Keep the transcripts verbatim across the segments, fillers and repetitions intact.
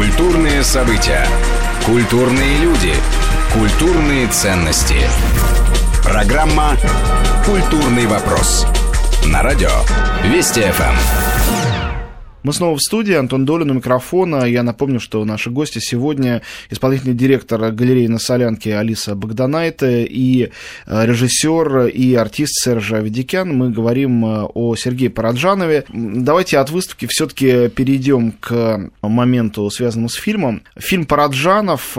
Культурные события. Культурные люди. Культурные ценности. Программа «Культурный вопрос». На радио Вести эф эм. Мы снова в студии, Антон Долин у микрофона. Я напомню, что наши гости сегодня исполнительный директор галереи на Солянке Алиса Богданайте и режиссер и артист Серж Аведикян. Мы говорим о Сергее Параджанове. Давайте от выставки все-таки перейдем к моменту, связанному с фильмом. Фильм «Параджанов»,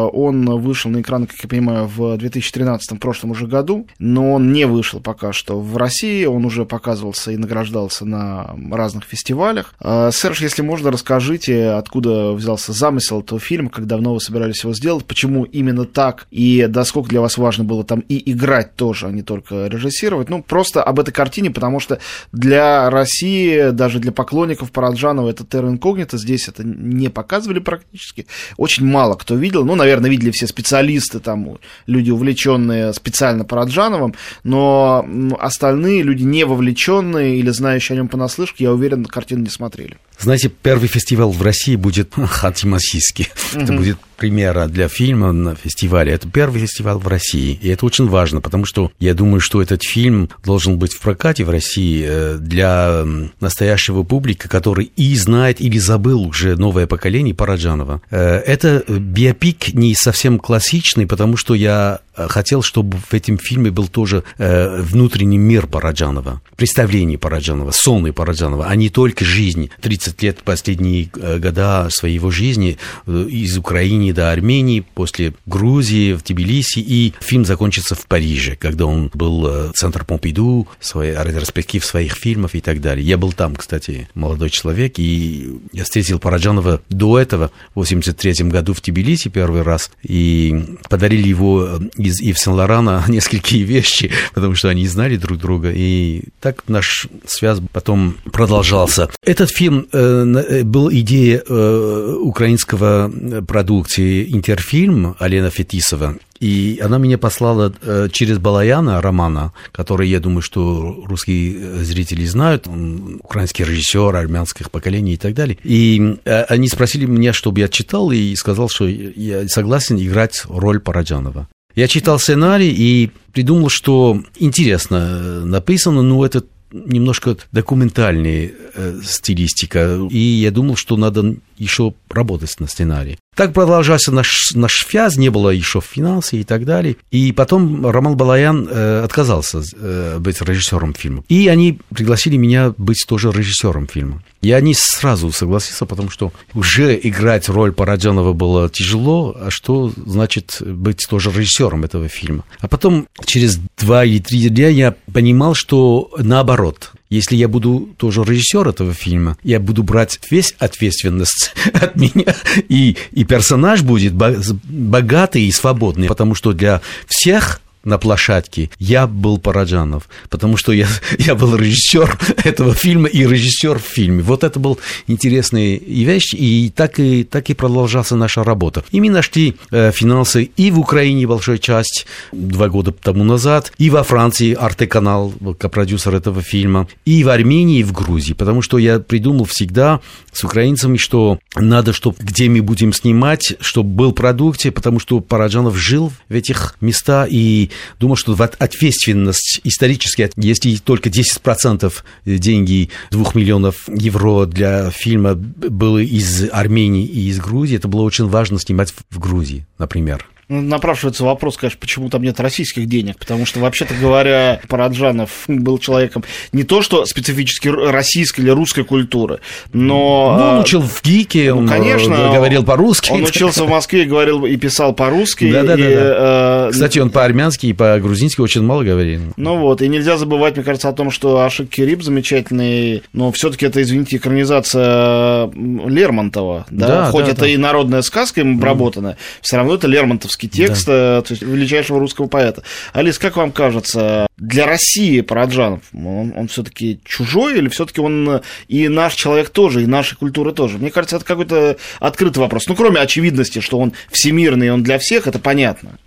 он вышел на экраны, как я понимаю, в две тысячи тринадцатом, прошлом уже году, но он не вышел пока что в России, он уже показывался и награждался на разных фестивалях. Серж, если можно, расскажите, откуда взялся замысел этого фильма, как давно вы собирались его сделать, почему именно так, и насколько для вас важно было там и играть тоже, а не только режиссировать. Ну, просто об этой картине, потому что для России, даже для поклонников Параджанова, это терра инкогнита, здесь это не показывали практически, очень мало кто видел, ну, наверное, видели все специалисты, там, люди, увлеченные специально Параджановым, но остальные люди, не вовлеченные или знающие о нем понаслышке, я уверен, картину не смотрели. Знаете, первый фестиваль в России будет Ханты-Мансийский. Mm-hmm. Это будет премьера для фильма на фестивале. Это первый фестиваль в России. И это очень важно, потому что я думаю, что этот фильм должен быть в прокате в России для настоящего публика, который и знает, или забыл уже новое поколение Параджанова. Это биопик не совсем классичный, потому что я хотел, чтобы в этом фильме был тоже внутренний мир Параджанова, представление Параджанова, сонный Параджанова, а не только жизнь. тридцать лет, последние года своего жизни из Украины до Армении, после Грузии, в Тбилиси, и фильм закончится в Париже, когда он был центр Помпиду, свои, ретроспектив своих фильмов и так далее. Я был там, кстати, молодой человек, и я встретил Параджанова до этого, в восемьдесят третьем году в Тбилиси первый раз, и подарили его из Ив Сен-Лорана несколько вещи, потому что они знали друг друга, и так наш связь потом продолжался. Этот фильм э, был идея э, украинского продукции «Интерфильм» Алена Фетисова, и она меня послала э, через Балаяна, романа, который, я думаю, что русские зрители знают, он украинский режиссер армянских поколений и так далее. И э, они спросили меня, чтобы я читал, и сказал, что я согласен играть роль Параджанова. Я читал сценарий и придумал, что интересно написано, но это немножко документальная э, стилистика, и я думал, что надо еще работать на сценарии. Так продолжался наш, наш связь, не было еще финансов и так далее. И потом Роман Балаян э, отказался э, быть режиссером фильма. И они пригласили меня быть тоже режиссером фильма. Я не сразу согласился, потому что уже играть роль Параджанова было тяжело, а что значит быть тоже режиссером этого фильма. А потом через два или три дня я понимал, что наоборот. Если я буду тоже режиссер этого фильма, я буду брать весь ответственность от меня, и, и персонаж будет богатый и свободный, потому что для всех на площадке я был Параджанов, потому что я, я был режиссер этого фильма и режиссер в фильме. Вот это был интересная вещь, и так и, так и продолжался наша работа. И мы нашли э, финансы и в Украине большую часть, два года тому назад, и во Франции Арте-канал, копродюсер этого фильма, и в Армении, и в Грузии, потому что я придумал всегда с украинцами, что надо, чтобы где мы будем снимать, чтобы был продукт, потому что Параджанов жил в этих местах, и думал, что ответственность исторически, если только десять процентов деньги, двух миллионов евро для фильма было из Армении и из Грузии, это было очень важно снимать в Грузии, например. Напрашивается вопрос, конечно, почему там нет российских денег, потому что, вообще-то говоря, Параджанов был человеком не то что специфически российской или русской культуры, но... Ну, он учил в ГИКе, он, конечно, говорил по-русски. Он учился в Москве и говорил, и писал по-русски. Да-да-да. Кстати, он по-армянски и по-грузински очень мало говорил. Ну вот, и нельзя забывать, мне кажется, о том, что Ашик Кериб замечательный, но все-таки это, извините, экранизация Лермонтова, да? Да, хоть да, это да. и народная сказка им обработанная, mm. все равно это лермонтовский текст, да. То есть величайшего русского поэта. Алис, как вам кажется, для России Параджанов, он, он все-таки чужой или все-таки он и наш человек тоже, и нашей культуры тоже? Мне кажется, это какой-то открытый вопрос. Ну, кроме очевидности, что он всемирный, он для всех, это понятно. Можно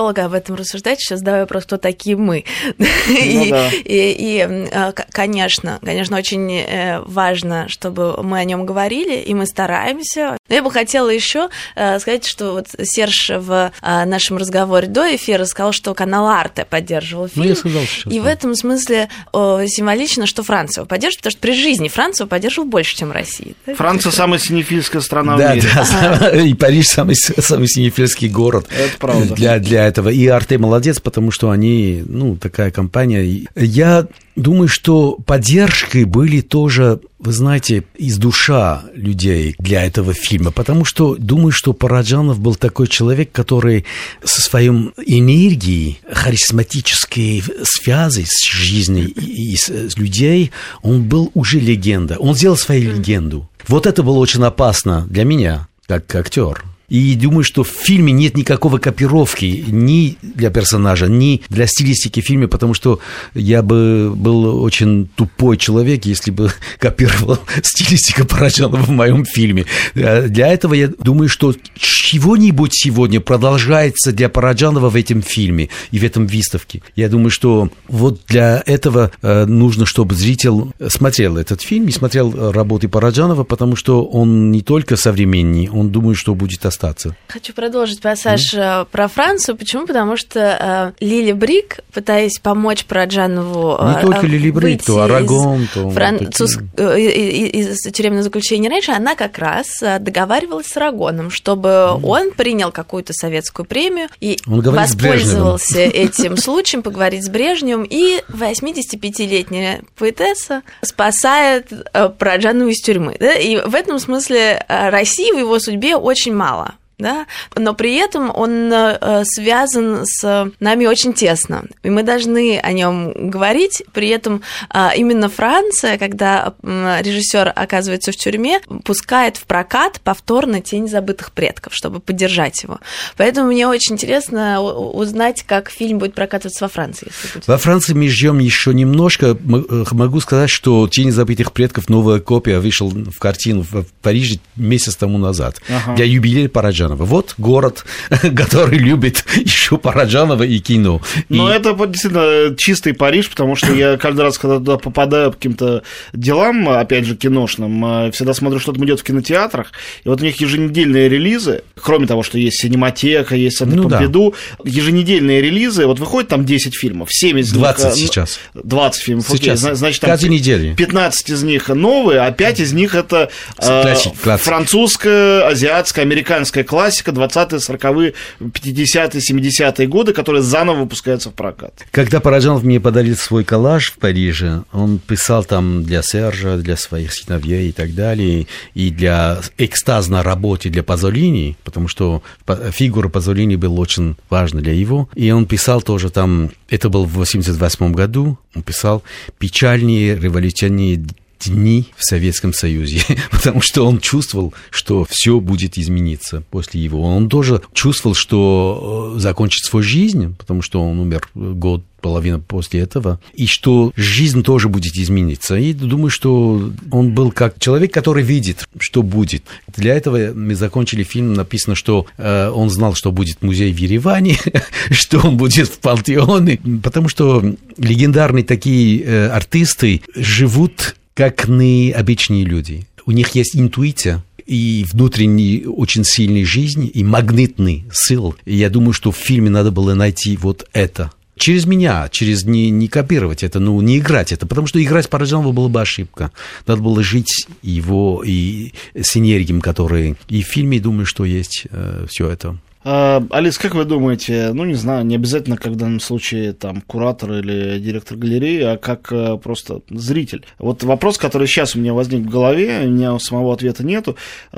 долго об этом рассуждать, сейчас задаю вопрос, кто такие мы. Ну, и, да. и, и, конечно, конечно, очень важно, чтобы мы о нем говорили, и мы стараемся. Но я бы хотела еще сказать, что вот Серж в нашем разговоре до эфира сказал, что канал Арте поддерживал фильм. Ну, я сказал сейчас, и да. в этом смысле символично, что Франция его поддерживает, потому что при жизни Францию поддерживал больше, чем Россия. Франция самая синефильская страна да, в мире. Да, ага. И Париж самый, самый синефильский город. Это правда. Для, для этого. И Арте молодец, потому что они, ну, такая компания. Я думаю, что поддержкой были тоже, вы знаете, из душа людей для этого фильма, потому что думаю, что Параджанов был такой человек, который со своей энергией, харизматической связи с жизнью и, и с, с людей, он был уже легенда. Он сделал свою легенду. Вот это было очень опасно для меня, как актер. И думаю, что в фильме нет никакой копировки ни для персонажа, ни для стилистики фильма, потому что я бы был очень тупой человек, если бы копировал стилистику Параджанова в моем фильме. Для этого я думаю, что чего-нибудь сегодня продолжается для Параджанова в этом фильме и в этом выставке. Я думаю, что вот для этого нужно, чтобы зритель смотрел этот фильм и смотрел работы Параджанова, потому что он не только современный, он думает, что будет остаться. Хочу продолжить пассаж mm. про Францию. Почему? Потому что э, Лили Брик, пытаясь помочь Параджанову не э, только Лили Брик, то Арагон, то француз... э, из тюремного заключения раньше, она как раз договаривалась с Арагоном, чтобы mm. он принял какую-то советскую премию и воспользовался этим случаем поговорить с Брежневым, и восьмидесятипятилетняя поэтесса спасает Параджанова из тюрьмы. Да? И в этом смысле России в его судьбе очень мало. Да? Но при этом он э, связан с нами очень тесно, и мы должны о нем говорить. При этом э, именно Франция, когда э, режиссер оказывается в тюрьме, пускает в прокат повторно «Тень забытых предков», чтобы поддержать его. Поэтому мне очень интересно узнать, как фильм будет прокатываться во Франции. Если будет. Во Франции мы ждем еще немножко. Могу сказать, что «Тень забытых предков», новая копия, вышел в картину в Париже месяц тому назад. Ага. Для юбилея Параджанова. Вот город, который любит еще Параджанова и кино. Но и... это действительно чистый Париж, потому что я каждый раз, когда туда попадаю по каким-то делам, опять же, киношным, всегда смотрю, что там идет в кинотеатрах, и вот у них еженедельные релизы, кроме того, что есть Синематека, есть Центр ну, Помпиду, да. еженедельные релизы, вот выходит там десять фильмов, семь из них... двадцать сейчас. двадцать фильмов, сейчас. Окей, значит, там каждую неделю. пятнадцать из них новые, а пять из них это э, французская, азиатская, американская классика, классика, двадцатые, сороковые, пятидесятые, семидесятые годы, которые заново выпускаются в прокат. Когда Параджанов мне подарил свой коллаж в Париже, он писал там для Сержа, для своих сыновей и так далее, и для экстаз на работе для Пазолини, потому что фигура Пазолини была очень важна для его, и он писал тоже там, это был в восемьдесят восьмом году, он писал «Печальные революционные дни в Советском Союзе», потому что он чувствовал, что все будет измениться после его. Он тоже чувствовал, что закончит свою жизнь, потому что он умер год, половина после этого, и что жизнь тоже будет измениться. И думаю, что он был как человек, который видит, что будет. Для этого мы закончили фильм, написано, что э, он знал, что будет музей в Ереване, что он будет в Пантеоне, потому что легендарные такие э, артисты живут как необычные люди. У них есть интуиция и внутренний очень сильный жизнь, и магнитный сил. И я думаю, что в фильме надо было найти вот это. Через меня, через не, не копировать это, ну, не играть это, потому что играть Параджанова была бы ошибка. Надо было жить его и с энергией, которые и в фильме, думаю, что есть э, все это. Алис, как вы думаете, ну, не знаю, не обязательно, как в данном случае там куратор или директор галереи, а как просто зритель. Вот вопрос, который сейчас у меня возник в голове, у меня самого ответа нету.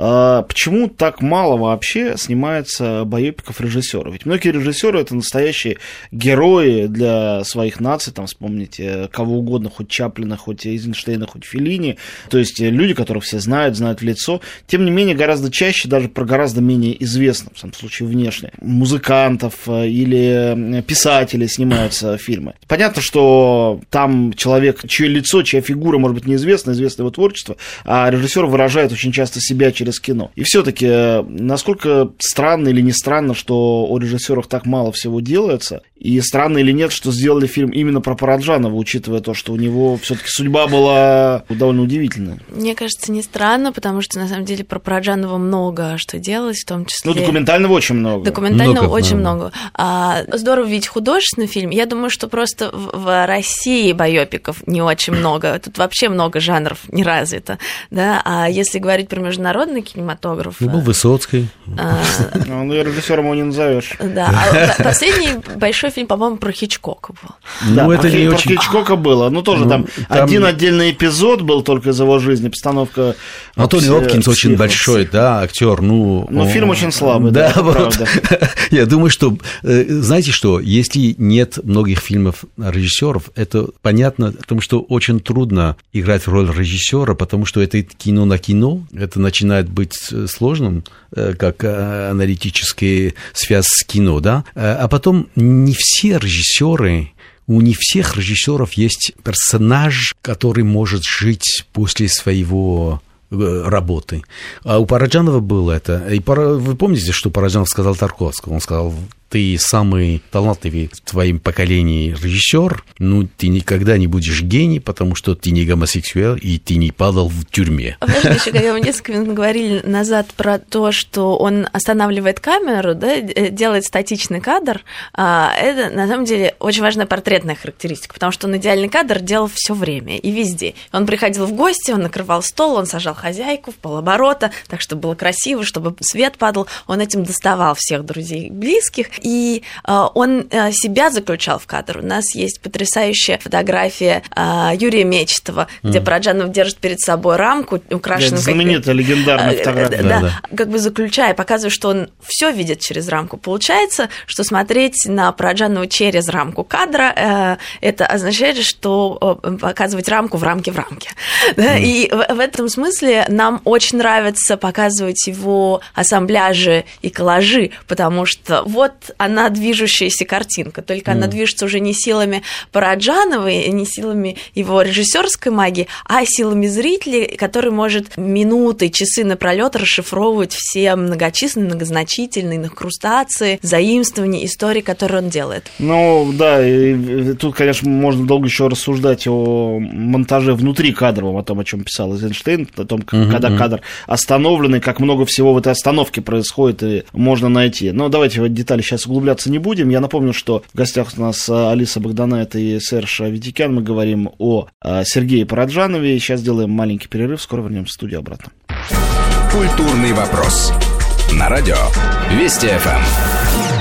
Почему так мало вообще снимается байопиков режиссеров? Ведь многие режиссеры — это настоящие герои для своих наций, там, вспомните кого угодно, хоть Чаплина, хоть Эйзенштейна, хоть Феллини, то есть люди, которых все знают, знают в лицо. Тем не менее, гораздо чаще, даже про гораздо менее известных, в самом случае, в внешне, музыкантов или писателей снимаются фильмы. Понятно, что там человек, чье лицо, чья фигура, может быть, неизвестна, известно его творчество, а режиссер выражает очень часто себя через кино. И все-таки, насколько странно или не странно, что о режиссерах так мало всего делается, и странно или нет, что сделали фильм именно про Параджанова, учитывая то, что у него все-таки судьба была довольно удивительная. Мне кажется, не странно, потому что, на самом деле, про Параджанова много что делалось, в том числе... Ну, документального очень много. Документального много, очень много. много. А, здорово видеть художественный фильм. Я думаю, что просто в, в России байопиков не очень много. Тут вообще много жанров не развито. Да? А если говорить про международный кинематограф... Ну, был Высоцкий. Ну, режиссером его не назовешь. Да. Последний большой фильм, по-моему, про Хичкока был. Ну, это не про очень... Хичкока было. Ну, тоже там один отдельный эпизод был только из его жизни, постановка... Антони Хопкинс очень большой, да, актер. Ну, но фильм очень слабый, да, да, вот. Я думаю, что, знаете что, если нет многих фильмов режиссеров, это понятно, потому что очень трудно играть роль режиссера, потому что это кино на кино, это начинает быть сложным, как аналитическая связь с кино, да, а потом не все режиссеры. У не всех режиссеров есть персонаж, который может жить после своего работы. А у Параджанова было это. И вы помните, что Параджанов сказал Тарковскому? Он сказал: ты самый талантливый в твоем поколении режиссер, ну, ты никогда не будешь гений, потому что ты не гомосексуал, и ты не падал в тюрьме. Важно еще, когда мы несколько минут говорили назад про то, что он останавливает камеру, да, делает статичный кадр, это, на самом деле, очень важная портретная характеристика, потому что он идеальный кадр делал все время и везде. Он приходил в гости, он накрывал стол, он сажал хозяйку в полоборота, так, чтобы было красиво, чтобы свет падал, он этим доставал всех друзей и близких, и э, он э, себя заключал в кадр. У нас есть потрясающая фотография э, Юрия Мечетова, mm. где Параджанов держит перед собой рамку, украшенную... Это знаменитая, как... легендарная фотография. Э, да, да, да, как бы заключая, показывая, что он все видит через рамку. Получается, что смотреть на Параджанова через рамку кадра, э, это означает, что э, показывать рамку в рамке в рамке. Mm. Да? И в, в этом смысле нам очень нравится показывать его ассамбляжи и коллажи, потому что вот она движущаяся картинка, только mm. она движется уже не силами Параджанова, не силами его режиссерской магии, а силами зрителей, который может минуты, часы напролёт расшифровывать все многочисленные, многозначительные инкрустации, заимствования, истории, которые он делает. Ну, да, и тут, конечно, можно долго еще рассуждать о монтаже внутри кадровом, о том, о чем писал Эйзенштейн, о том, как, mm-hmm. когда кадр остановленный, как много всего в этой остановке происходит, и можно найти. Но давайте в детали сейчас углубляться не будем. Я напомню, что в гостях у нас Алиса Богданайт и Серж Аветикян. Мы говорим о Сергее Параджанове. Сейчас сделаем маленький перерыв. Скоро вернемся в студию обратно. Культурный вопрос. На радио Вести эф эм.